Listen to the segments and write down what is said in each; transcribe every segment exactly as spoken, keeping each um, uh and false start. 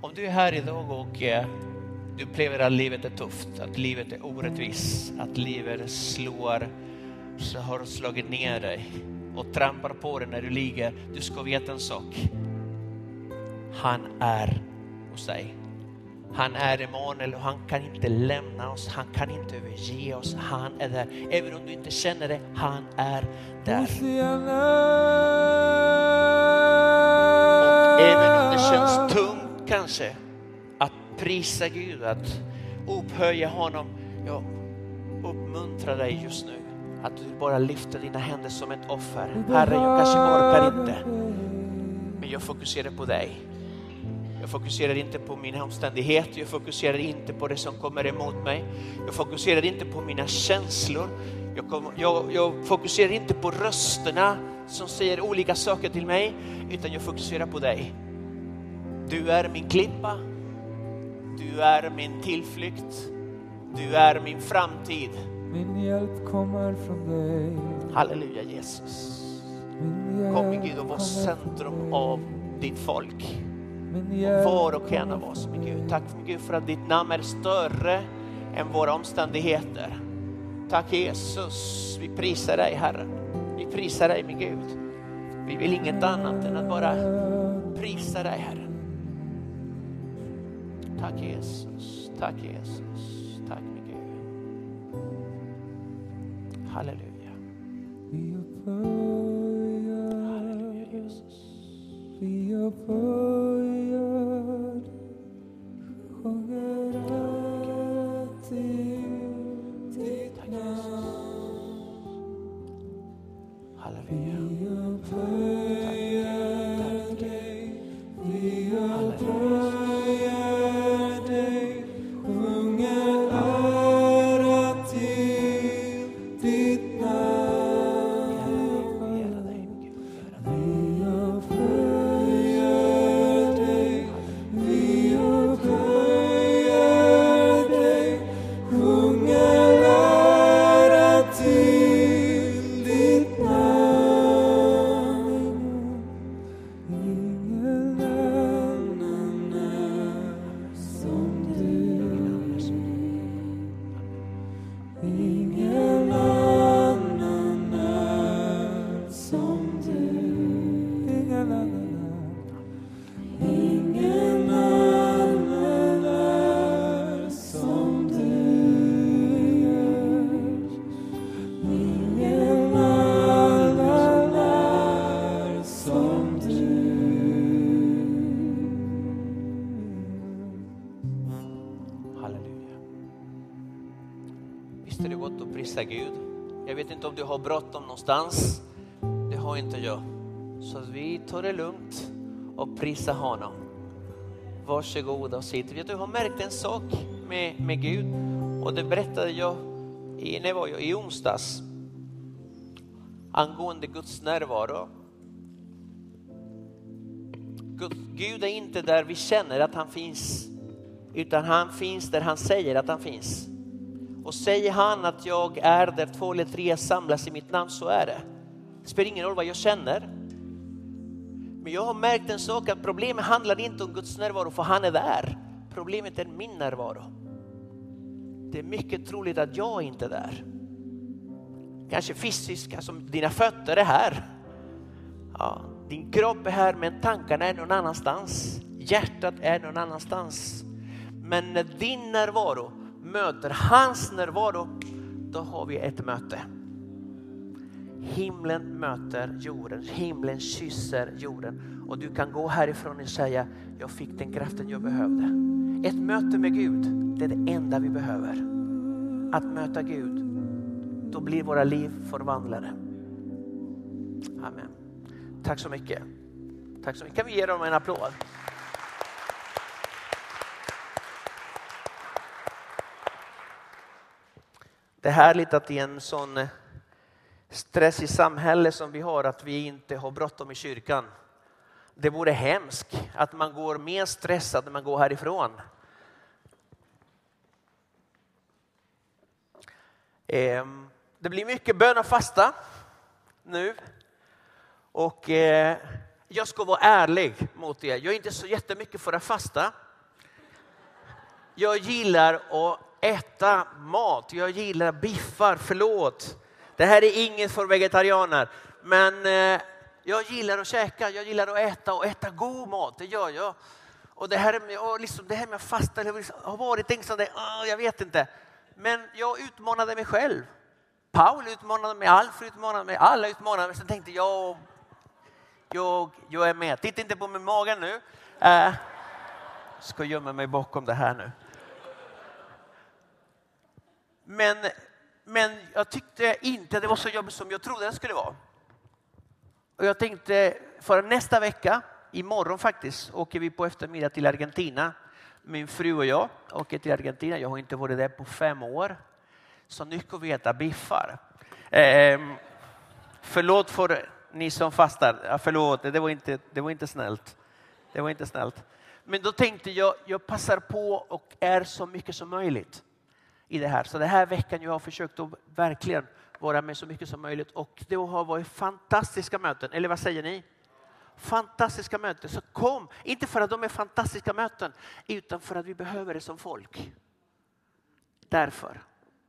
Om du är här idag och eh, du upplever att livet är tufft, att livet är orättvist, att livet slår, så har slagit ner dig och trampar på dig när du ligger. Du ska veta en sak. Han är hos dig. Han är Emanuel och han kan inte lämna oss. Han kan inte överge oss. Han är där. Även om du inte känner det, han är där. Och även om det känns tungt kanske att prisa Gud, att upphöja honom, jag uppmuntrar dig just nu att du bara lyfter dina händer som ett offer. Herre, jag kanske orkar inte, men jag fokuserar på dig. Jag fokuserar inte på mina omständigheter. Jag fokuserar inte på det som kommer emot mig. Jag fokuserar inte på mina känslor. Jag, kom, jag, jag fokuserar inte på rösterna som säger olika saker till mig. Utan jag fokuserar på dig. Du är min klippa. Du är min tillflykt. Du är min framtid. Min hjälp kommer från dig. Halleluja Jesus. Kom Gud och var centrum av ditt folk. Var och en av oss, min Gud. Tack för Gud för att ditt namn är större än våra omständigheter. Tack Jesus, vi prisar dig Herre. Vi prisar dig min Gud. Vi vill inget annat än att bara prisa dig Herre. Tack Jesus, tack Jesus, tack min Gud. Halleluja. Halleluja Jesus. Vi upphöjer, sjunger rätt till ditt namn. Halleluja. Vi upphöjer dig, vi upphöjer dig, sjunger ära till ditt namn. Vi upphöjer dig, vi upphöjer dig, sjunger ära till ditt namn. Ingen annan är som du. Ingen annan är som du. Ingen annan är. Ingen annan är som du. Ingen annan är som du. Halleluja. Visst är det gott att prisa Gud. Jag vet inte om du har bråttom någonstans. Det har inte jag. Så att vi tar det lugnt och prisa honom. Varsågoda och sitt. Vet du, jag har märkt en sak med, med Gud. Och det berättade jag i, när var jag, i onsdags. Angående Guds närvaro. Gud, Gud är inte där vi känner att han finns. Utan han finns där han säger att han finns. Och säger han att jag är där två eller tre samlas i mitt namn, så är det. Det spelar ingen roll vad jag känner. Men jag har märkt en sak, att problemet handlar inte om Guds närvaro, för han är där. Problemet är min närvaro. Det är mycket troligt att jag inte är där. Kanske fysiskt, alltså dina fötter är här. Ja, din kropp är här, men tankarna är någon annanstans. Hjärtat är någon annanstans. Men när din närvaro möter hans närvaro, då har vi ett möte. Himlen möter jorden. Himlen kysser jorden. Och du kan gå härifrån och säga, jag fick den kraften jag behövde. Ett möte med Gud, det är det enda vi behöver. Att möta Gud, då blir våra liv förvandlade. Amen. Tack så mycket. Tack så mycket. Kan vi ge dem en applåd? Det är härligt att i en sån stress i samhället som vi har, att vi inte har bråttom i kyrkan. Det vore hemskt att man går mer stressad när man går härifrån. Det blir mycket bön och fasta nu. Och jag ska vara ärlig mot er. Jag är inte så jättemycket för att fasta. jag gillar att äta mat. Jag gillar biffar, förlåt. Det här är inget för vegetarianer. Men eh, jag gillar att käka, jag gillar att äta och äta god mat, det gör jag. Och det här med, och liksom, det här med att fasta har varit ängsande, oh, jag vet inte. Men jag utmanade mig själv. Paul utmanade mig, Alf utmanade mig, alla utmanade mig. Så tänkte jag, jag, jag är med. Titta inte på min mage nu. Uh, ska gömma mig bakom det här nu. Men, men jag tyckte inte det var så jobbigt som jag trodde det skulle vara. Och jag tänkte, för nästa vecka, imorgon faktiskt, åker vi på eftermiddag till Argentina. Min fru och jag åker till Argentina. Jag har inte varit där på fem år. Så nu ska vi äta biffar. Eh, förlåt för ni som fastar. Ja, förlåt, det var, inte, det var inte snällt. Det var inte snällt. Men då tänkte jag, jag passar på och är så mycket som möjligt i det här. Så den här veckan jag har försökt att verkligen vara med så mycket som möjligt. Och det har varit fantastiska möten. Eller vad säger ni? Fantastiska möten. Så kom, inte för att de är fantastiska möten, utan för att vi behöver det som folk. Därför.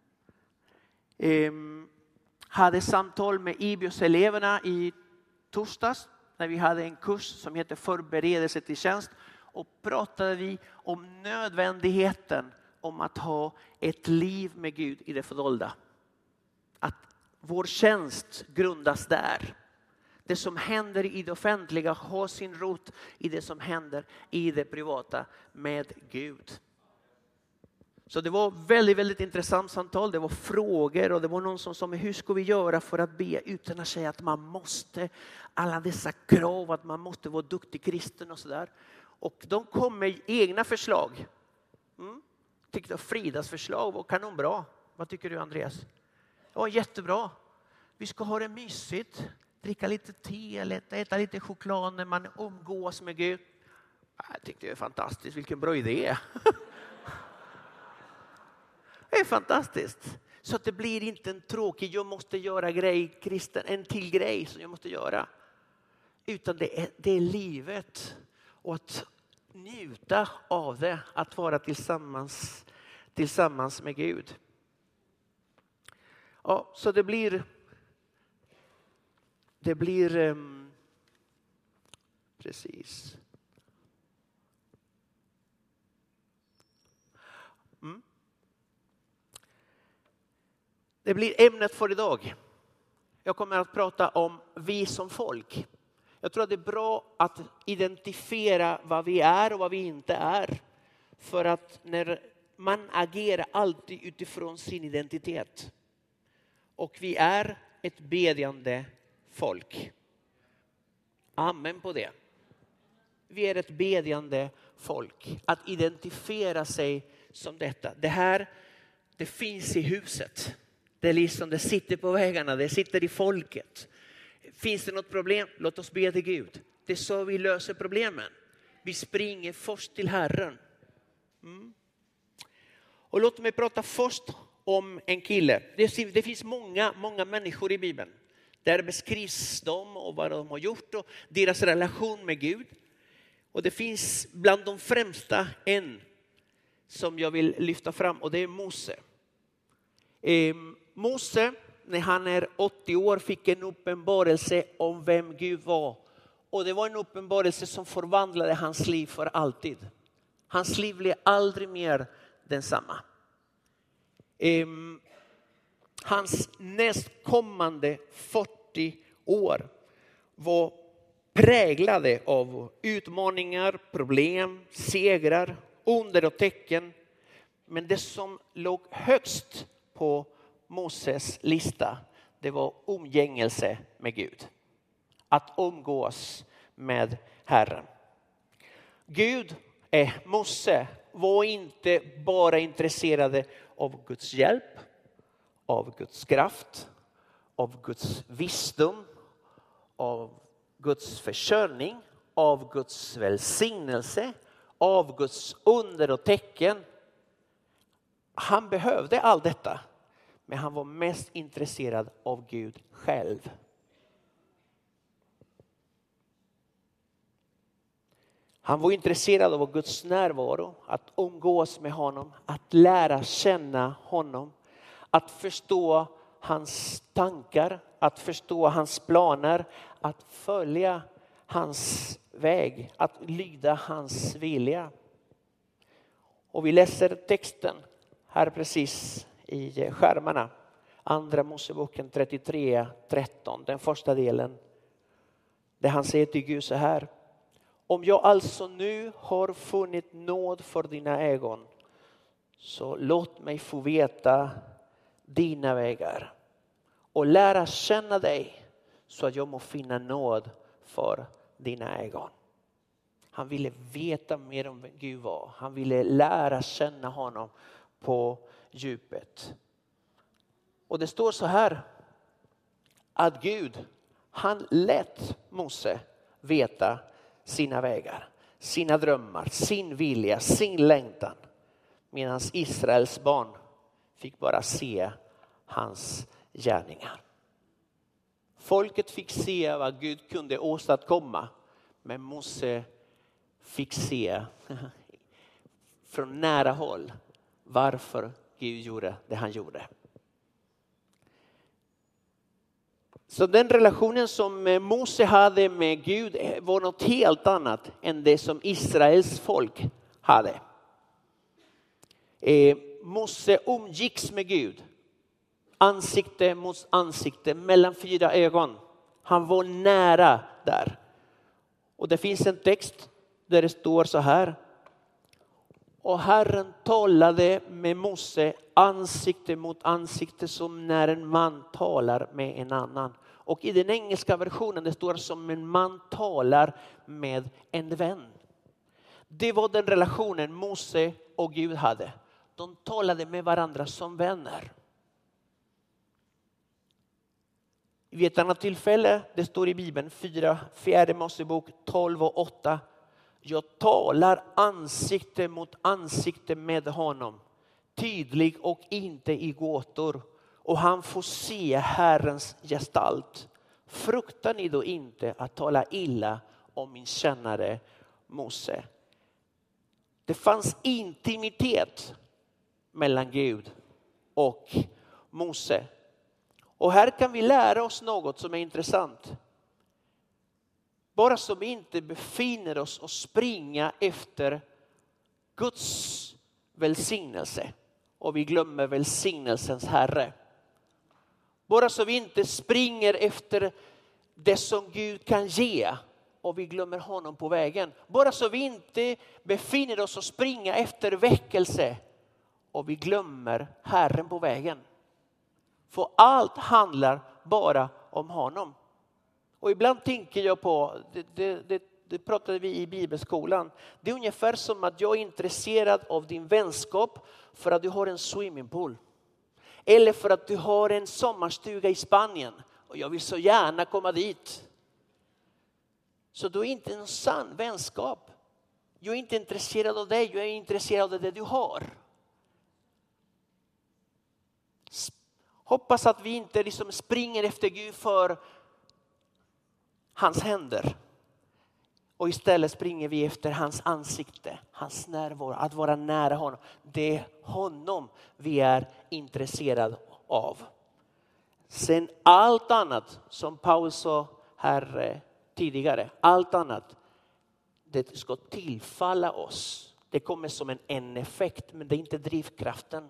Um, hade samtal med I B I O S-eleverna i torsdags. När vi hade en kurs som heter Förberedelse till tjänst. Och pratade vi om nödvändigheten om att ha ett liv med Gud i det fördolda. Att vår tjänst grundas där. Det som händer i det offentliga har sin rot i det som händer i det privata med Gud. Så det var väldigt, väldigt intressant samtal. Det var frågor och det var någon som sa, hur ska vi göra för att be utan att säga att man måste, alla dessa krav att man måste vara duktig kristen och sådär. Och de kom med egna förslag. Mm. Tyckte att Fridas förslag var kanonbra. Vad tycker du, Andreas? Ja, jättebra. Vi ska ha det mysigt. Dricka lite te eller äta lite choklad när man umgås med Gud. Jag tyckte det är fantastiskt. Vilken bra idé. Det är fantastiskt. Så att det blir inte en tråkig, jag måste göra grej, kristen, en till grej som jag måste göra. Utan det är, det är livet. Och att njuta av det. Att vara tillsammans, tillsammans med Gud. Ja, så det blir... Det blir... Um, precis. Mm. Det blir ämnet för idag. Jag kommer att prata om vi som folk. Jag tror att det är bra att identifiera vad vi är och vad vi inte är. För att när man agerar alltid utifrån sin identitet. Och vi är ett bedjande folk. Amen på det. Vi är ett bedjande folk. Att identifiera sig som detta. Det här, det finns i huset. Det är liksom, det sitter på vägarna, det sitter i folket. Finns det något problem? Låt oss be till Gud. Det är så vi löser problemen. Vi springer först till Herren. Mm. Och låt mig prata först om en kille. Det, det finns många, många människor i Bibeln. Där beskrivs de och vad de har gjort och deras relation med Gud. Och det finns bland de främsta en som jag vill lyfta fram, och det är Mose. Eh, Mose, när han är åttio år, fick en uppenbarelse om vem Gud var. Och det var en uppenbarelse som förvandlade hans liv för alltid. Hans liv blev aldrig mer densamma. Eh, hans nästkommande fyrtio år var präglade av utmaningar, problem, segrar, under och tecken. Men det som låg högst på Moses lista, det var umgängelse med Gud. Att umgås med Herren. Gud, eh, Mose var inte bara intresserad av Guds hjälp, av Guds kraft, av Guds visdom, av Guds försörjning, av Guds välsignelse, av Guds under och tecken. Han behövde allt detta, men han var mest intresserad av Gud själv. Han var intresserad av Guds närvaro, att umgås med honom, att lära känna honom, att förstå hans tankar, att förstå hans planer, att följa hans väg, att lyda hans vilja. Och vi läser texten här precis i skärmarna. Andra Moseboken trettiotre tretton, den första delen. Där han säger till Gud så här: om jag alltså nu har funnit nåd för dina ögon, så låt mig få veta dina vägar och lära känna dig, så att jag må finna nåd för dina ögon. Han ville veta mer om vem Gud var. Han ville lära känna honom på djupet. Och det står så här, att Gud, han lät Mose veta sina vägar, sina drömmar, sin vilja, sin längtan. Medan Israels barn fick bara se hans gärningar. Folket fick se vad Gud kunde åstadkomma, men Mose fick se från nära håll varför Gud gjorde det han gjorde. Så den relationen som Mose hade med Gud var något helt annat än det som Israels folk hade. Eh, Mose umgicks med Gud. Ansikte mot ansikte, mellan fyra ögon. Han var nära där. Och det finns en text där det står så här: och Herren talade med Mose ansikte mot ansikte, som när en man talar med en annan. Och i den engelska versionen det står som en man talar med en vän. Det var den relationen Mose och Gud hade. De talade med varandra som vänner. Vid ett annat tillfälle, det står i Bibeln, fyra, fjärde Mosebok tolv och åtta. Jag talar ansikte mot ansikte med honom, tydlig och inte i gåtor. Och han får se Herrens gestalt. Fruktar ni då inte att tala illa om min tjänare Mose? Det fanns intimitet mellan Gud och Mose. Och här kan vi lära oss något som är intressant. Bara så vi inte befinner oss och springa efter Guds välsignelse och vi glömmer välsignelsens Herre. Bara så vi inte springer efter det som Gud kan ge och vi glömmer honom på vägen. Bara så vi inte befinner oss och springer efter väckelse och vi glömmer Herren på vägen. För allt handlar bara om honom. Och ibland tänker jag på, det, det, det, det pratade vi i bibelskolan. Det är ungefär som att jag är intresserad av din vänskap för att du har en swimmingpool. Eller för att du har en sommarstuga i Spanien och jag vill så gärna komma dit. Så du är inte en sann vänskap. Jag är inte intresserad av dig, jag är intresserad av det du har. Hoppas att vi inte liksom springer efter Gud för hans händer. Och istället springer vi efter hans ansikte, hans närvaro, att vara nära honom. Det är honom vi är intresserade av. Sen allt annat som Paulus sa här tidigare, allt annat, det ska tillfalla oss. Det kommer som en, en effekt, men det är inte drivkraften.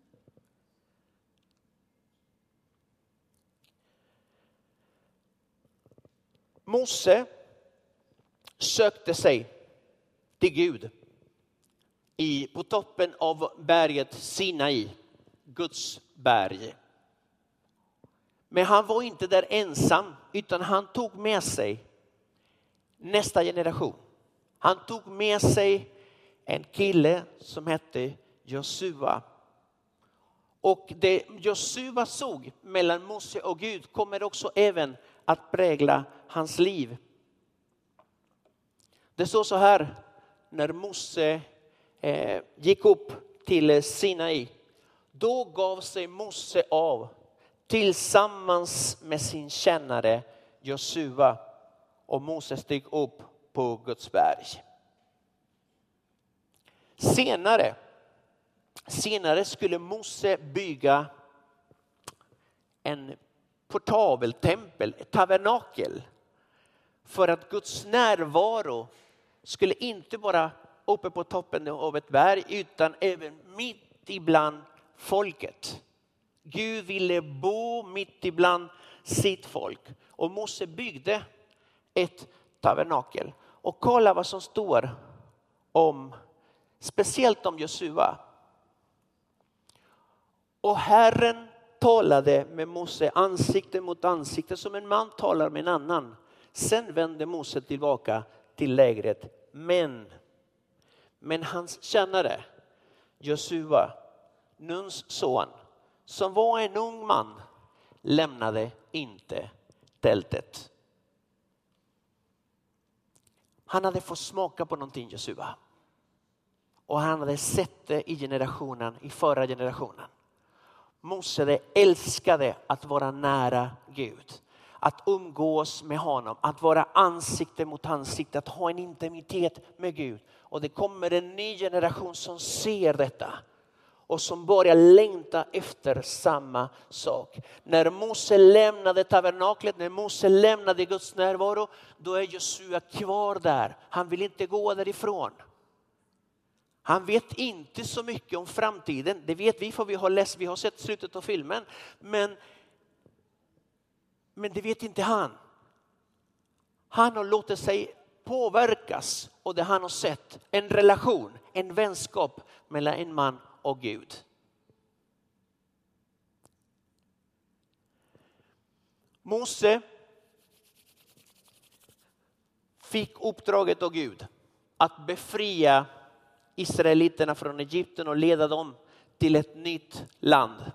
Mose sökte sig till Gud i, på toppen av berget Sinai, Guds berg. Men han var inte där ensam, utan han tog med sig nästa generation. Han tog med sig en kille som hette Josua. Och det Josua såg mellan Mose och Gud kommer också även att prägla hans liv. Det står så här, när Mose eh, gick upp till Sinai. Då gav sig Mose av tillsammans med sin tjänare Josua. Och Mose steg upp på Guds berg. Senare, senare skulle Mose bygga en portabeltempel, ett tabernakel. För att Guds närvaro skulle inte bara uppe på toppen av ett berg utan även mitt ibland folket. Gud ville bo mitt ibland sitt folk. Och Mose byggde ett tabernakel. Och kolla vad som står om, speciellt om Josua. Och Herren talade med Mose ansikte mot ansikte som en man talar med en annan. Sen vände Mose tillbaka till lägret. Men, men hans tjänare, Josua, Nuns son, som var en ung man, lämnade inte tältet. Han hade fått smaka på någonting, Josua. Och han hade sett det i generationen, i förra generationen. Mose älskade att vara nära Gud. Att umgås med honom. Att vara ansikte mot ansikte. Att ha en intimitet med Gud. Och det kommer en ny generation som ser detta. Och som börjar längta efter samma sak. När Mose lämnade tabernaklet. När Mose lämnade Guds närvaro. Då är Josua kvar där. Han vill inte gå därifrån. Han vet inte så mycket om framtiden. Det vet vi för vi har läst, vi har sett slutet av filmen. Men, men det vet inte han. Han har låtit sig påverkas och det han har sett. En relation, en vänskap mellan en man och Gud. Mose fick uppdraget av Gud att befria israeliterna från Egypten och leda dem till ett nytt land.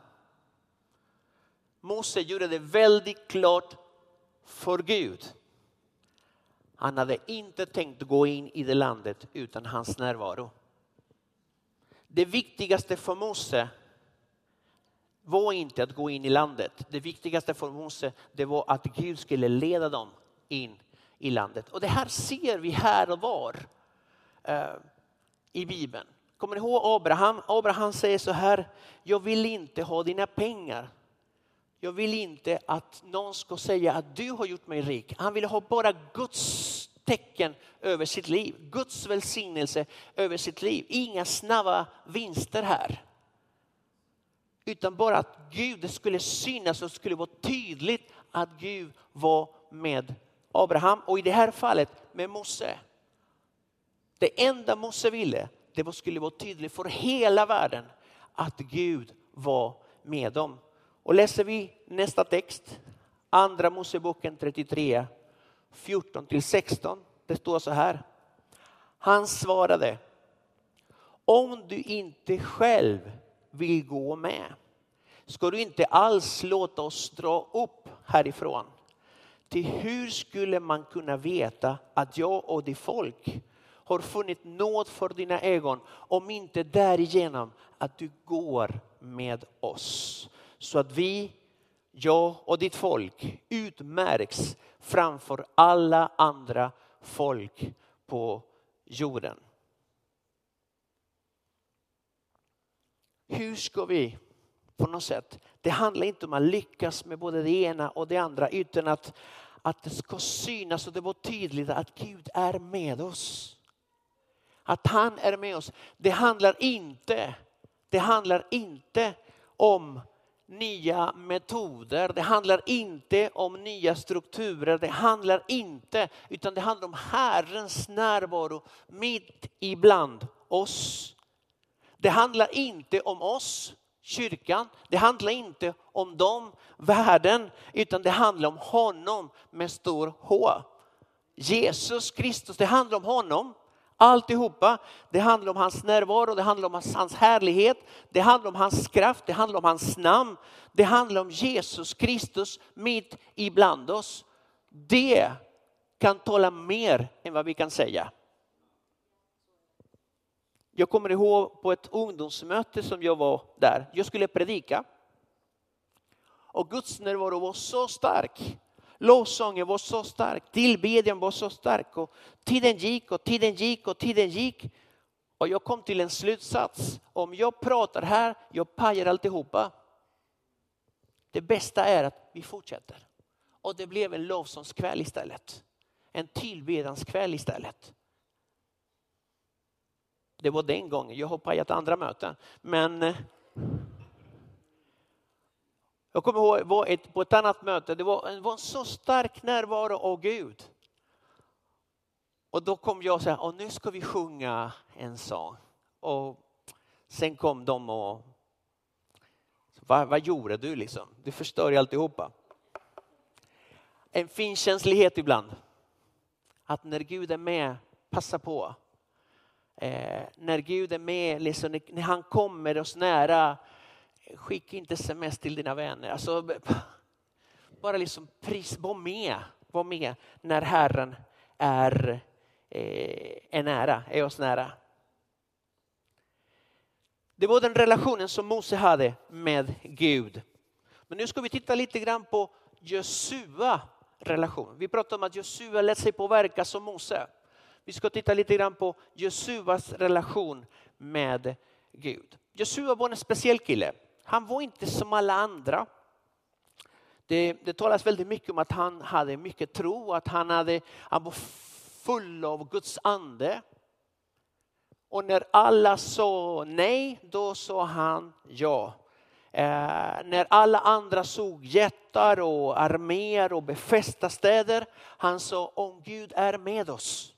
Mose gjorde det väldigt klart för Gud. Han hade inte tänkt gå in i det landet utan hans närvaro. Det viktigaste för Mose var inte att gå in i landet. Det viktigaste för Mose det var att Gud skulle leda dem in i landet. Och det här ser vi här och var uh, i Bibeln. Kommer ni ihåg Abraham? Abraham säger så här: jag vill inte ha dina pengar. Jag vill inte att någon ska säga att du har gjort mig rik. Han ville ha bara Guds tecken över sitt liv. Guds välsignelse över sitt liv. Inga snabba vinster här. Utan bara att Gud det skulle synas och skulle vara tydligt att Gud var med Abraham. Och i det här fallet med Mose. Det enda Mose ville, det var skulle vara tydligt för hela världen att Gud var med dem. Och läser vi nästa text, andra Moseboken trettiotre, fjorton till sexton. Det står så här. Han svarade: om du inte själv vill gå med, ska du inte alls låta oss dra upp härifrån. Till hur skulle man kunna veta att jag och det folk har funnit nåd för dina ögon om inte därigenom att du går med oss. Så att vi, jag och ditt folk utmärks framför alla andra folk på jorden. Hur ska vi på något sätt? Det handlar inte om att lyckas med både det ena och det andra utan att, att det ska synas och det var tydligt att Gud är med oss. Att han är med oss. Det handlar inte, det handlar inte om nya metoder. Det handlar inte om nya strukturer. Det handlar inte, utan det handlar om Herrens närvaro mitt ibland oss. Det handlar inte om oss, kyrkan. Det handlar inte om dem, världen. Utan det handlar om honom med stor H. Jesus Kristus, det handlar om honom. Alltihopa, det handlar om hans närvaro, det handlar om hans, hans härlighet, det handlar om hans kraft, det handlar om hans namn, det handlar om Jesus Kristus mitt ibland oss. Det kan tala mer än vad vi kan säga. Jag kommer ihåg på ett ungdomsmöte som jag var där, jag skulle predika och Guds närvaro var så stark. Lovsången var så stark, tillbedjan var så stark och tiden gick och tiden gick och tiden gick. Och jag kom till en slutsats. Om jag pratar här, jag pajar alltihopa. Det bästa är att vi fortsätter. Och det blev en lovsångskväll istället. En tillbedjanskväll istället. Det var den gången. Jag har pajat andra möten. Men jag kommer ihåg var ett, på ett annat möte. Det var, det var en så stark närvaro av Gud. Och då kom jag och sa, och nu ska vi sjunga en sång. Och sen kom de och, vad, vad gjorde du liksom? Du förstör ju alltihopa. En finkänslighet ibland. Att när Gud är med, passa på. Eh, när Gud är med, liksom, när, när han kommer oss nära, skicka inte sms till dina vänner. Alltså, bara liksom pris, var med, var med när Herren är, eh, är nära, är oss nära. Det var den relationen som Mose hade med Gud. Men nu ska vi titta lite grann på Josua relation. Vi pratar om att Josua lät sig påverka som Mose. Vi ska titta lite grann på Josuas relation med Gud. Josua var en speciell kille. Han var inte som alla andra. Det, det talas väldigt mycket om att han hade mycket tro. Att han, hade, han var full av Guds ande. Och när alla sa nej, då sa han ja. Eh, när alla andra såg jättar och arméer och befästa städer, han sa, om Gud är med oss,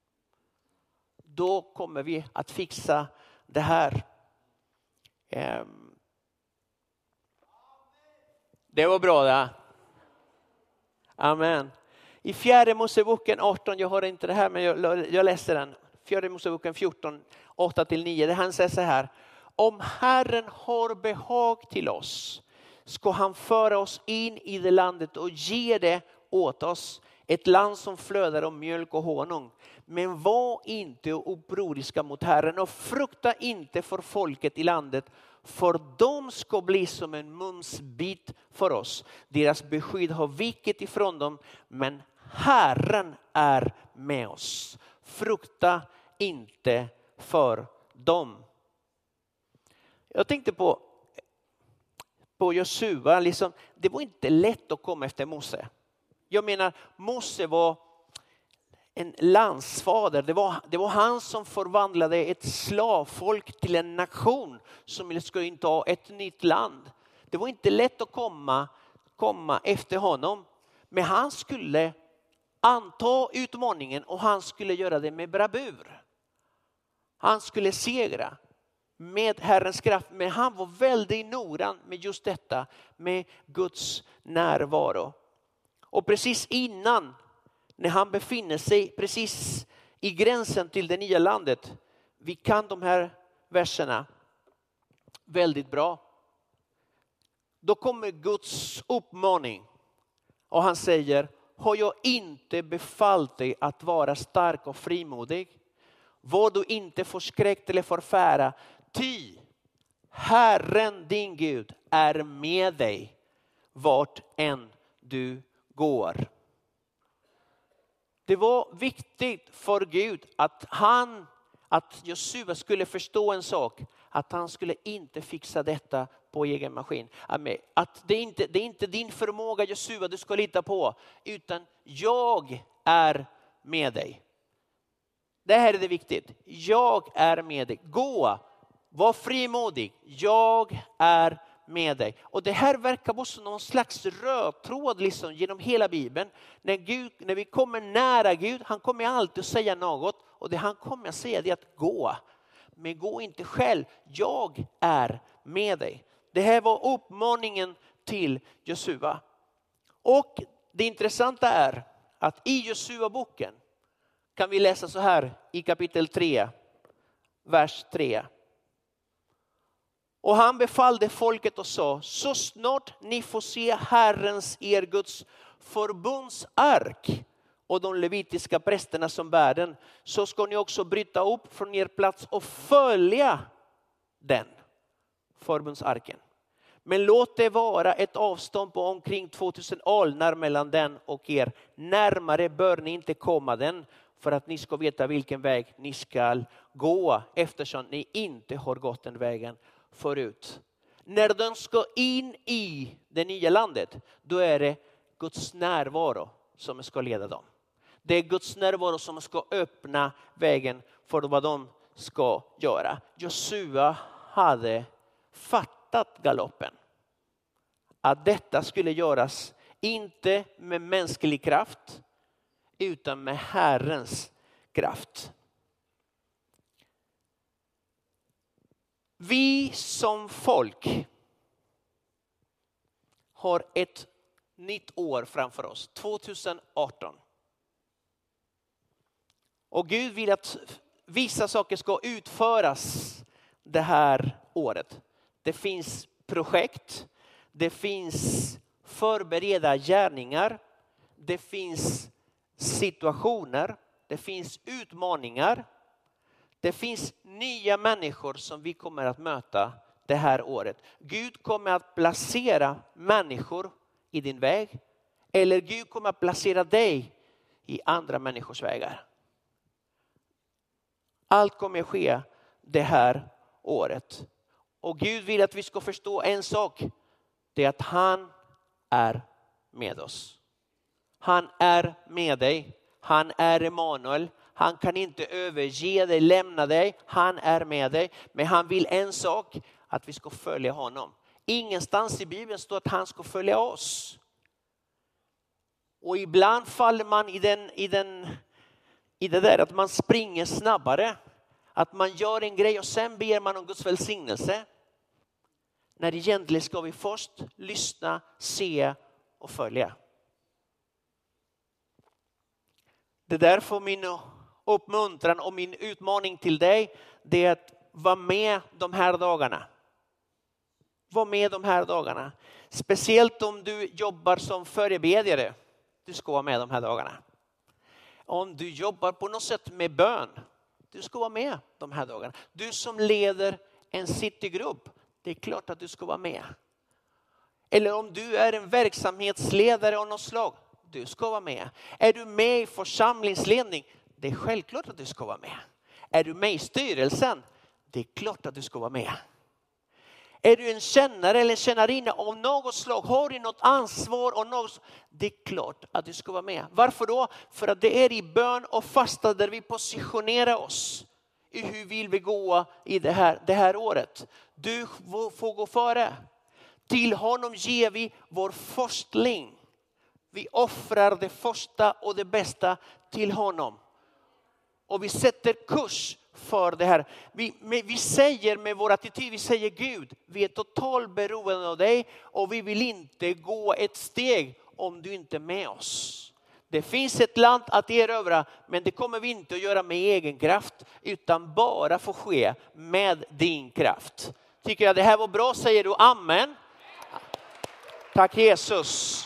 då kommer vi att fixa det här. Eh, det var bra det. Amen. I fjärde Moseboken arton, jag har inte det här men jag, jag läser den. Fjärde Moseboken fjorton, åtta till nio. Där han säger så här. Om Herren har behag till oss, ska han föra oss in i det landet och ge det åt oss. Ett land som flödar om mjölk och honung. Men var inte upproriska mot Herren och frukta inte för folket i landet. För de ska bli som en mumsbit för oss. Deras beskydd har vikit ifrån dem. Men Herren är med oss. Frukta inte för dem. Jag tänkte på, på Josua. Liksom, det var inte lätt att komma efter Mose. Jag menar, Mose var en landsfader. Det var, det var han som förvandlade ett slavfolk till en nation som skulle inta ett nytt land. Det var inte lätt att komma, komma efter honom. Men han skulle anta utmaningen och han skulle göra det med bravur. Han skulle segra med Herrens kraft. Men han var väldigt noggrann med just detta, med Guds närvaro. Och precis innan, när han befinner sig precis i gränsen till det nya landet. Vi kan de här verserna väldigt bra. Då kommer Guds uppmaning. Och han säger, har jag inte befallt dig att vara stark och frimodig? Var du inte förskräckt eller förfära? Ty Herren din Gud är med dig vart än du går. Det var viktigt för Gud att han, att Josua skulle förstå en sak. Att han skulle inte fixa detta på egen maskin. Att det inte det är inte din förmåga Josua du ska lita på. Utan jag är med dig. Det här är det viktigt. Jag är med dig. Gå. Var frimodig. Jag är med dig. Och det här verkar vara som någon slags röd tråd liksom genom hela Bibeln. När, Gud, när vi kommer nära Gud, han kommer alltid att säga något. Och det han kommer att säga är att gå. Men gå inte själv. Jag är med dig. Det här var uppmaningen till Josua. Och det intressanta är att i Josua-boken kan vi läsa så här i kapitel tre, vers tre. Och han befallde folket och sa, så snart ni får se Herrens er Guds förbundsark och de levitiska prästerna som bär den, så ska ni också bryta upp från er plats och följa den förbundsarken. Men låt det vara ett avstånd på omkring tvåtusen alnar mellan den och er. Närmare bör ni inte komma den, för att ni ska veta vilken väg ni ska gå, eftersom ni inte har gått den vägen förut. När de ska in i det nya landet, då är det Guds närvaro som ska leda dem. Det är Guds närvaro som ska öppna vägen för vad de ska göra. Josua hade fattat galoppen. Att detta skulle göras inte med mänsklig kraft utan med Herrens kraft. Vi som folk har ett nytt år framför oss, tjugoarton. Och Gud vill att vissa saker ska utföras det här året. Det finns projekt, det finns förberedda gärningar, det finns situationer, det finns utmaningar. Det finns nya människor som vi kommer att möta det här året. Gud kommer att placera människor i din väg. Eller Gud kommer att placera dig i andra människors vägar. Allt kommer att ske det här året. Och Gud vill att vi ska förstå en sak. Det är att han är med oss. Han är med dig. Han är Emanuel. Han kan inte överge dig, lämna dig. Han är med dig. Men han vill en sak, att vi ska följa honom. Ingenstans i Bibeln står att han ska följa oss. Och ibland faller man i, den, i, den, i det där att man springer snabbare. Att man gör en grej och sen ber man om Guds välsignelse. När egentligen ska vi först lyssna, se och följa. Det är därför min uppmuntran och min utmaning till dig, det är att vara med de här dagarna. Var med de här dagarna. Speciellt om du jobbar som förebedjare. Du ska vara med de här dagarna. Om du jobbar på något sätt med bön. Du ska vara med de här dagarna. Du som leder en citygrupp. Det är klart att du ska vara med. Eller om du är en verksamhetsledare av något slag. Du ska vara med. Är du med i församlingsledning? Det är självklart att du ska vara med. Är du med i styrelsen? Det är klart att du ska vara med. Är du en kännare eller kännarinna av något slag? Har du något ansvar? Och något, det är klart att du ska vara med. Varför då? För att det är i bön och fasta där vi positionerar oss. I hur vill vi gå i det här, det här året? Du får gå före. Till honom ger vi vår förstling. Vi offrar det första och det bästa till honom. Och vi sätter kurs för det här. Vi, vi säger med vår attityd, vi säger Gud, vi är totalt beroende av dig. Och vi vill inte gå ett steg om du inte är med oss. Det finns ett land att erövra, men det kommer vi inte att göra med egen kraft. Utan bara få ske med din kraft. Tycker jag det här var bra, säger du amen. Tack Jesus.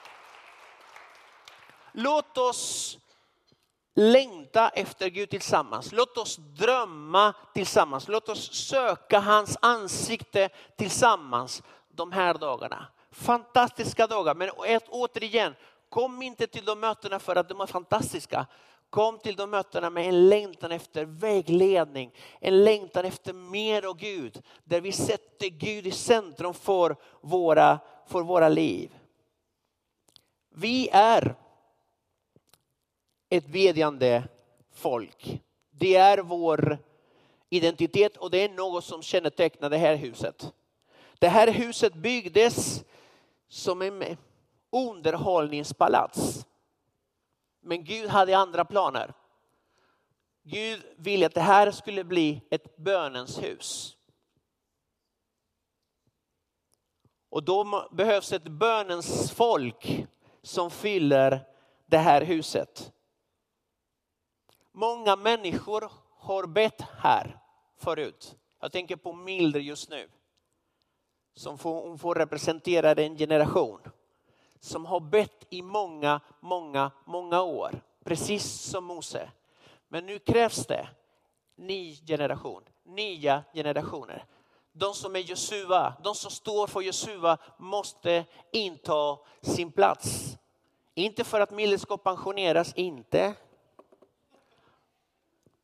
Låt oss längta efter Gud tillsammans. Låt oss drömma tillsammans. Låt oss söka hans ansikte tillsammans de här dagarna. Fantastiska dagar. Men ett, återigen, kom inte till de mötena för att de är fantastiska. Kom till de mötena med en längtan efter vägledning. En längtan efter mer av Gud. Där vi sätter Gud i centrum för våra, för våra liv. Vi är ett bedjande folk. Det är vår identitet och det är något som kännetecknar det här huset. Det här huset byggdes som en underhållningspalats. Men Gud hade andra planer. Gud ville att det här skulle bli ett bönens hus. Och då behövs ett bönens folk som fyller det här huset. Många människor har bett här förut. Jag tänker på Mildred just nu. Som får, hon får representera en generation. Som har bett i många, många, många år. Precis som Mose. Men nu krävs det ny generation. Nya generationer. De som är Josua, de som står för Josua måste inta sin plats. Inte för att Mildred ska pensioneras, inte.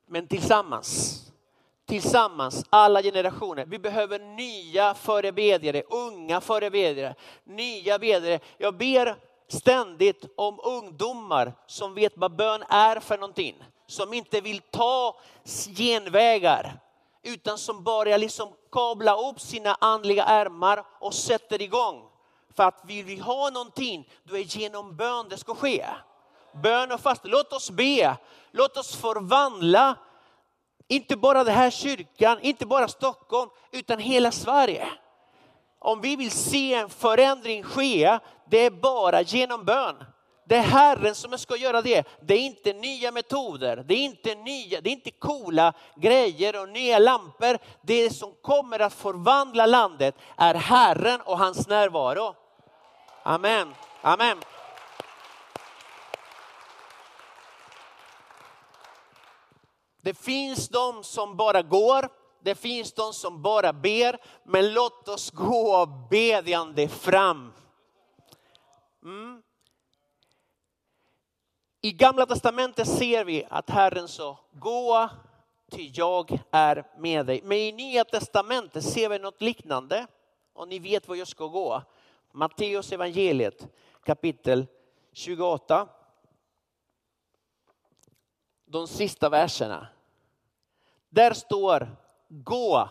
Men tillsammans, tillsammans, alla generationer. Vi behöver nya förebedjare, unga förebedjare, nya bedjare. Jag ber ständigt om ungdomar som vet vad bön är för någonting. Som inte vill ta genvägar, utan som börjar liksom kabla upp sina andliga ärmar och sätter igång. För att vill vi ha någonting, då är genom bön det ska ske. Bön och fast. Låt oss be. Låt oss förvandla. Inte bara den här kyrkan, inte bara Stockholm, utan hela Sverige. Om vi vill se en förändring ske, det är bara genom bön. Det är Herren som ska göra det. Det är inte nya metoder. Det är inte nya, det är inte coola grejer och nya lampor. Det som kommer att förvandla landet är Herren och hans närvaro. Amen. Amen. Det finns de som bara går. Det finns de som bara ber. Men låt oss gå bedjande fram. Mm. I Gamla testamentet ser vi att Herren sa, gå till jag är med dig. Men i Nya testamentet ser vi något liknande. Och ni vet vad jag ska gå. Matteus evangeliet kapitel tjugoåtta. De sista verserna. Där står, gå.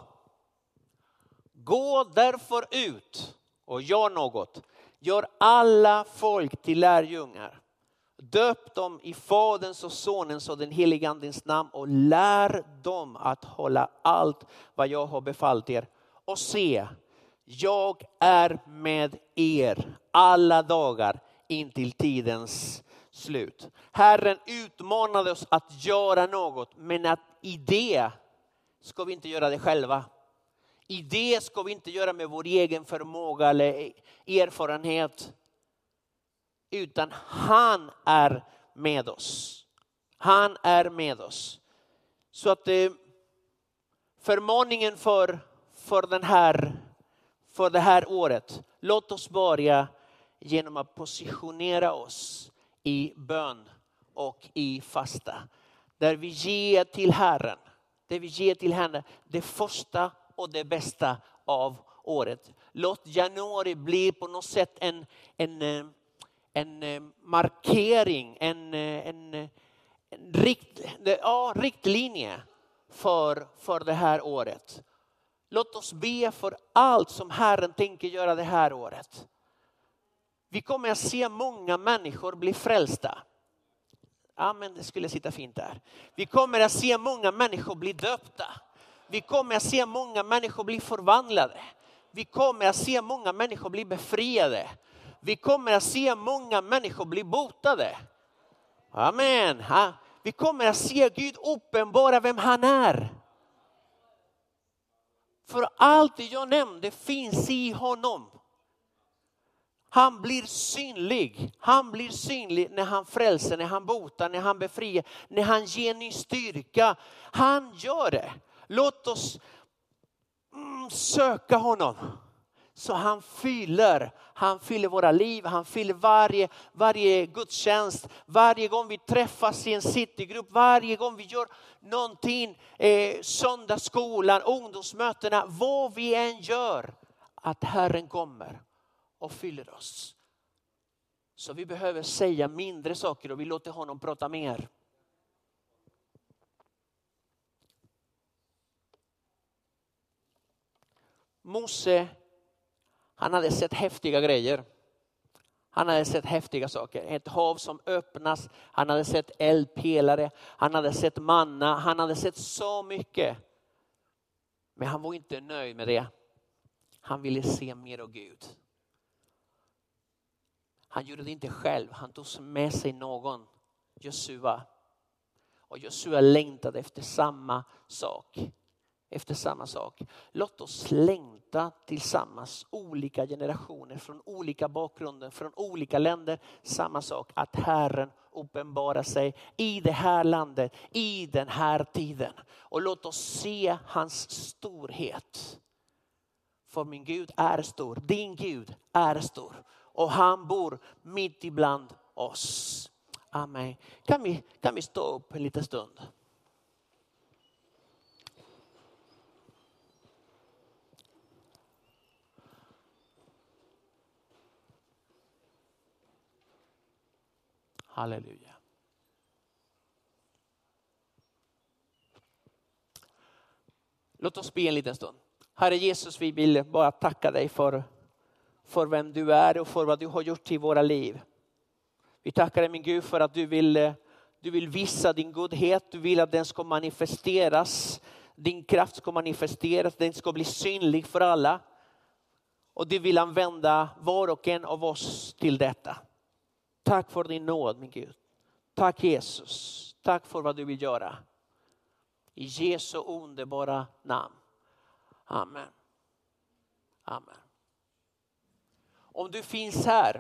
Gå därför ut och gör något. Gör alla folk till lärjungar. Döp dem i Faderns och Sonens och den helige Andens namn och lär dem att hålla allt vad jag har befallt er. Och se, jag är med er alla dagar in till tidens slut. Herren utmanade oss att göra något, men att i det ska vi inte göra det själva. I det ska vi inte göra med vår egen förmåga eller erfarenhet. Utan han är med oss. Han är med oss. Så att eh, förmaningen för, för, den här, för det här året. Låt oss börja genom att positionera oss i bön och i fasta. Där vi ger till Herren. Där vi ger till henne det första och det bästa av året. Låt januari bli på något sätt en, en, en markering, en, en, en rikt, ja, riktlinje för, för det här året. Låt oss be för allt som Herren tänker göra det här året. Vi kommer att se många människor bli frälsta. Ja, men det skulle sitta fint där. Vi kommer att se många människor bli döpta. Vi kommer att se många människor bli förvandlade. Vi kommer att se många människor bli befriade. Vi kommer att se många människor bli botade. Amen. Vi kommer att se Gud uppenbara vem han är. För allt det jag nämnde finns i honom. Han blir synlig. Han blir synlig när han frälser, när han botar, när han befriar, när han ger ny styrka. Han gör det. Låt oss mm, söka honom. Så han fyller, han fyller våra liv, han fyller varje, varje gudstjänst, varje gång vi träffas i en citygrupp, varje gång vi gör någonting, eh, söndagsskolan, ungdomsmötena, vad vi än gör, att Herren kommer och fyller oss. Så vi behöver säga mindre saker och vi låter honom prata mer. Mose, han hade sett häftiga grejer. Han hade sett häftiga saker. Ett hav som öppnas. Han hade sett eldpelare. Han hade sett manna. Han hade sett så mycket. Men han var inte nöjd med det. Han ville se mer av Gud. Han gjorde det inte själv. Han tog med sig någon. Josua. Och Josua längtade efter samma sak. Efter samma sak. Låt oss längta tillsammans. Olika generationer från olika bakgrunder. Från olika länder. Samma sak. Att Herren uppenbarar sig i det här landet. I den här tiden. Och låt oss se hans storhet. För min Gud är stor. Din Gud är stor. Och han bor mitt ibland oss. Amen. Kan vi, kan vi stå upp en liten stund? Halleluja. Låt oss be en liten stund. Herre Jesus, vi vill bara tacka dig för, för vem du är och för vad du har gjort i våra liv. Vi tackar dig min Gud för att du vill, du vill visa din godhet. Du vill att den ska manifesteras. Din kraft ska manifesteras. Den ska bli synlig för alla. Och du vill använda var och en av oss till detta. Tack för din nåd min Gud. Tack Jesus. Tack för vad du vill göra. I Jesu underbara namn. Amen. Amen. Om du finns här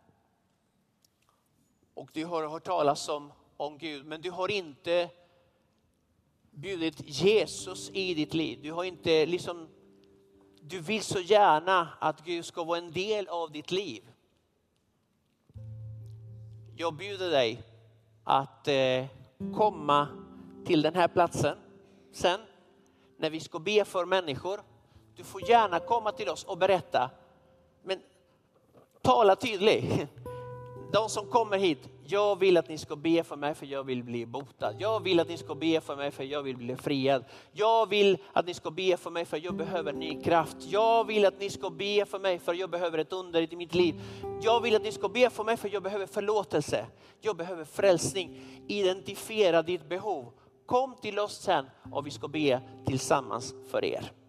och du har hört talas om, om Gud, men du har inte bjudit Jesus i ditt liv. Du har inte liksom, du vill så gärna att Gud ska vara en del av ditt liv. Jag bjuder dig att eh, komma till den här platsen sen när vi ska be för människor. Du får gärna komma till oss och berätta. Men tala tydligt. De som kommer hit, jag vill att ni ska be för mig för jag vill bli botad. Jag vill att ni ska be för mig för jag vill bli friad. Jag vill att ni ska be för mig för jag behöver ny kraft. Jag vill att ni ska be för mig för jag behöver ett under i mitt liv. Jag vill att ni ska be för mig för jag behöver förlåtelse. Jag behöver frälsning. Identifiera ditt behov. Kom till oss sen och vi ska be tillsammans för er.